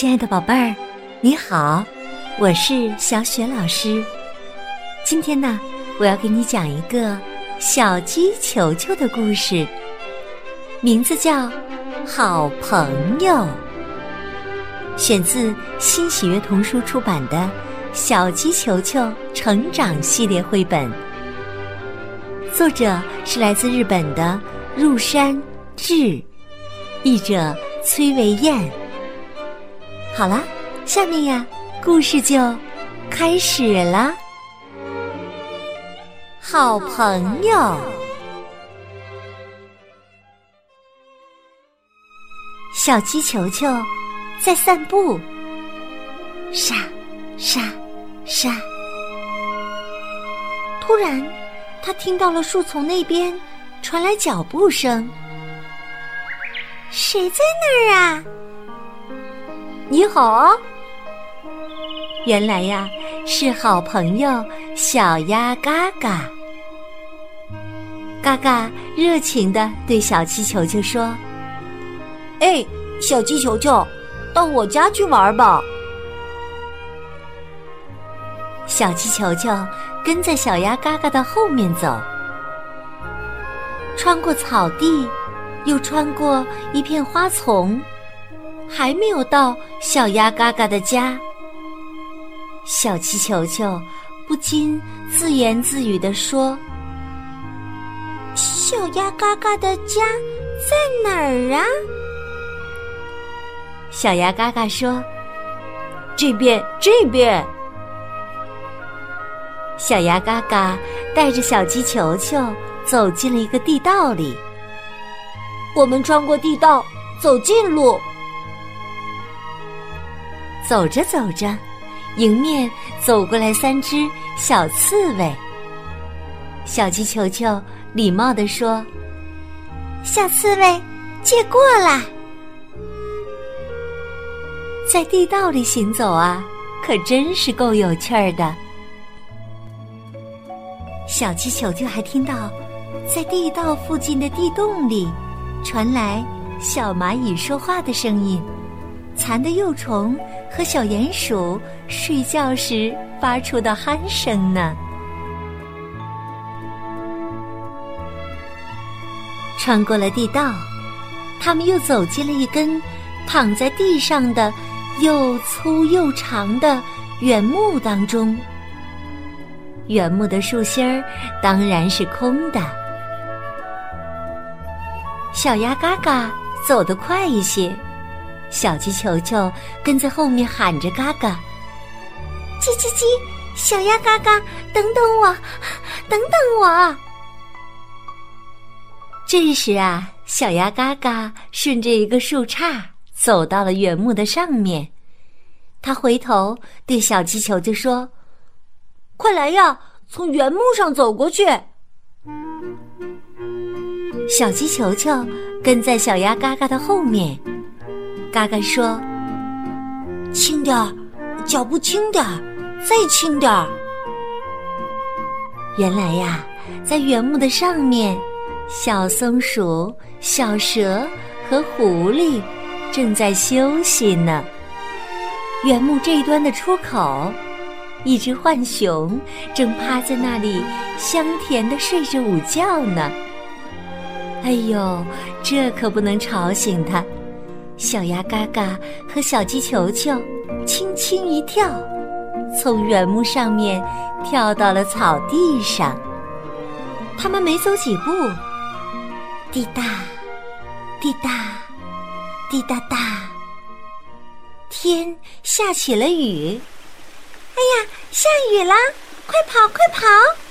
亲爱的宝贝儿，你好，我是小雪老师。今天呢，我要给你讲一个小鸡球球的故事，名字叫《好朋友》，选自新喜悦童书出版的《小鸡球球成长系列绘本》，作者是来自日本的入山智，译者崔维燕。好了，下面呀，故事就开始了。好朋友，小鸡球球在散步，沙沙沙。突然，他听到了树丛那边传来脚步声。谁在那儿啊？你好，原来呀是好朋友小鸭嘎嘎。嘎嘎热情地对小鸡球球说：“ 哎，小鸡球球，到我家去玩吧。” 小鸡球球跟在小鸭嘎嘎的后面走，穿过草地，又穿过一片花丛，还没有到小鸭嘎嘎的家。小鸡球球不禁自言自语地说：“小鸭嘎嘎的家在哪儿啊？”小鸭嘎嘎说：“ 这边，这边。” 小鸭嘎嘎带着小鸡球球走进了一个地道里。 我们穿过地道，走近路。 走着走着，迎面走过来3只小刺猬。小鸡球球礼貌地说：“小刺猬，借过啦。”在地道里行走啊，可真是够有趣儿的。小鸡球球还听到，在地道附近的地洞里传来小蚂蚁说话的声音，蚕的幼虫和小鼹鼠睡觉时发出的鼾声呢。穿过了地道，他们又走进了一根躺在地上的又粗又长的原木当中。原木的树心儿当然是空的。小鸭嘎嘎走得快一些，小鸡球球跟在后面喊着嘎嘎：“叽叽叽，小鸭嘎嘎，等等我，等等我！”这时啊，小鸭嘎嘎顺着一个树杈走到了原木的上面。他回头对小鸡球球说：“ 快来呀，从原木上走过去。” 小鸡球球跟在小鸭嘎嘎的后面。嘎嘎说：“ 轻点儿，脚步轻点儿，再轻点儿。” 原来呀，在原木的上面，小松鼠、小蛇和狐狸正在休息呢。原木这一端的出口，一只浣熊正趴在那里香甜地睡着午觉呢。哎呦，这可不能吵醒它。小鸭嘎嘎和小鸡球球轻轻一跳，从原木上面跳到了草地上。他们没走几步，滴答滴答滴答答，天下起了雨。哎呀，下雨啦！快跑快跑！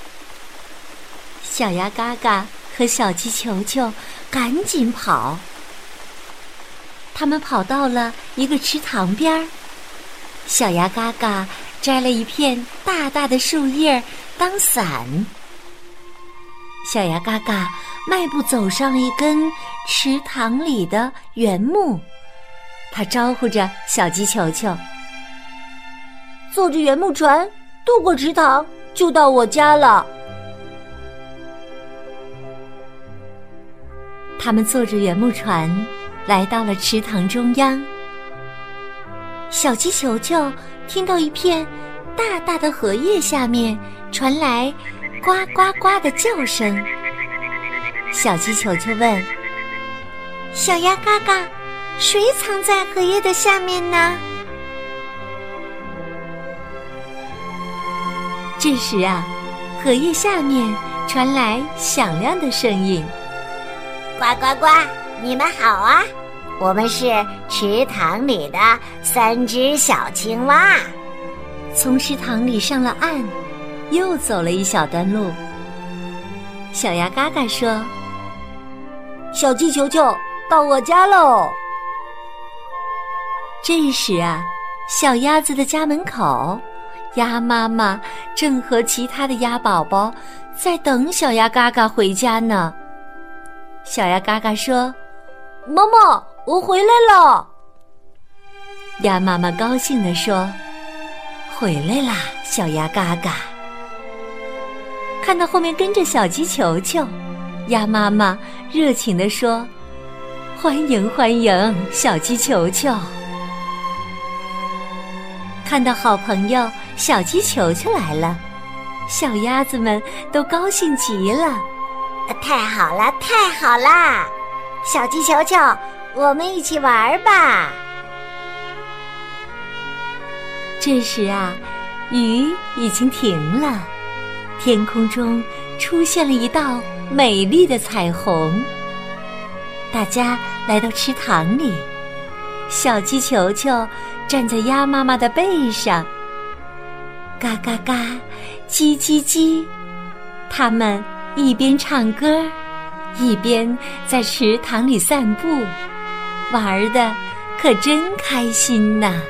小鸭嘎嘎和小鸡球球赶紧跑。他们跑到了一个池塘边儿，小鸭嘎嘎摘了一片大大的树叶当伞。小鸭嘎嘎迈步走上了一根池塘里的原木，他招呼着小鸡球球：“ 坐着原木船渡过池塘，就到我家了。” 他们坐着原木船来到了池塘中央。 小鸡球球听到一片大大的荷叶下面传来呱呱呱的叫声。小鸡球球问：小鸭嘎嘎，谁藏在荷叶的下面呢？ 这时啊，荷叶下面传来响亮的声音： 呱呱呱，你们好啊，我们是池塘里的3只小青蛙。 从池塘里上了岸，又走了一小段路。小鸭嘎嘎说： 小鸡球球，到我家喽。 这时啊，小鸭子的家门口，鸭妈妈正和其他的鸭宝宝在等小鸭嘎嘎回家呢。小鸭嘎嘎说： 妈妈，我回来了。 鸭妈妈高兴地说：回来啦，小鸭嘎嘎。看到后面跟着小鸡球球，鸭妈妈热情地说：欢迎欢迎，小鸡球球。看到好朋友小鸡球球来了，小鸭子们都高兴极了。 太好了，太好啦！小鸡球球，我们一起玩吧。 这时啊，雨已经停了，天空中出现了一道美丽的彩虹。大家来到池塘里，小鸡球球站在鸭妈妈的背上，嘎嘎嘎，叽叽叽，它们一边唱歌，一边在池塘里散步，玩得可真开心呐！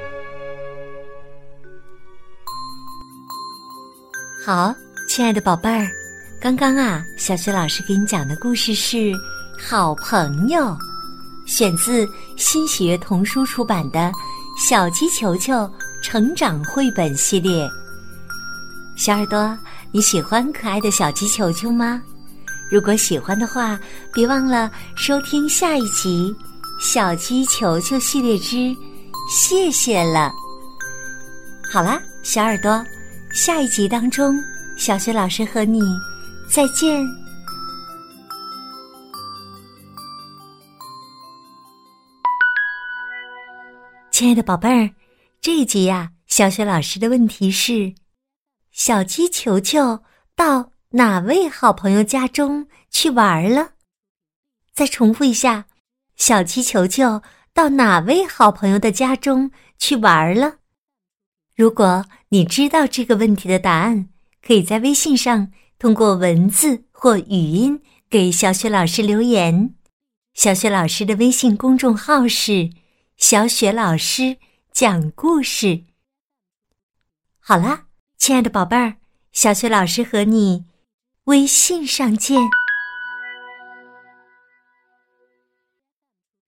好，亲爱的宝贝儿，刚刚啊，小雪老师给你讲的故事是《好朋友》，选自新喜悦童书出版的《小鸡球球成长绘本》系列。小耳朵，你喜欢可爱的小鸡球球吗？如果喜欢的话，别忘了收听下一集《小鸡球球系列之谢谢了》。好啦，小耳朵，下一集当中，小雪老师和你再见。亲爱的宝贝儿，这一集呀，小雪老师的问题是：小鸡球球到哪位好朋友家中去玩了？再重复一下，小鸡球球到哪位好朋友的家中去玩了？如果你知道这个问题的答案，可以在微信上通过文字或语音给小雪老师留言。小雪老师的微信公众号是小雪老师讲故事。好啦，亲爱的宝贝儿，小雪老师和你微信上见。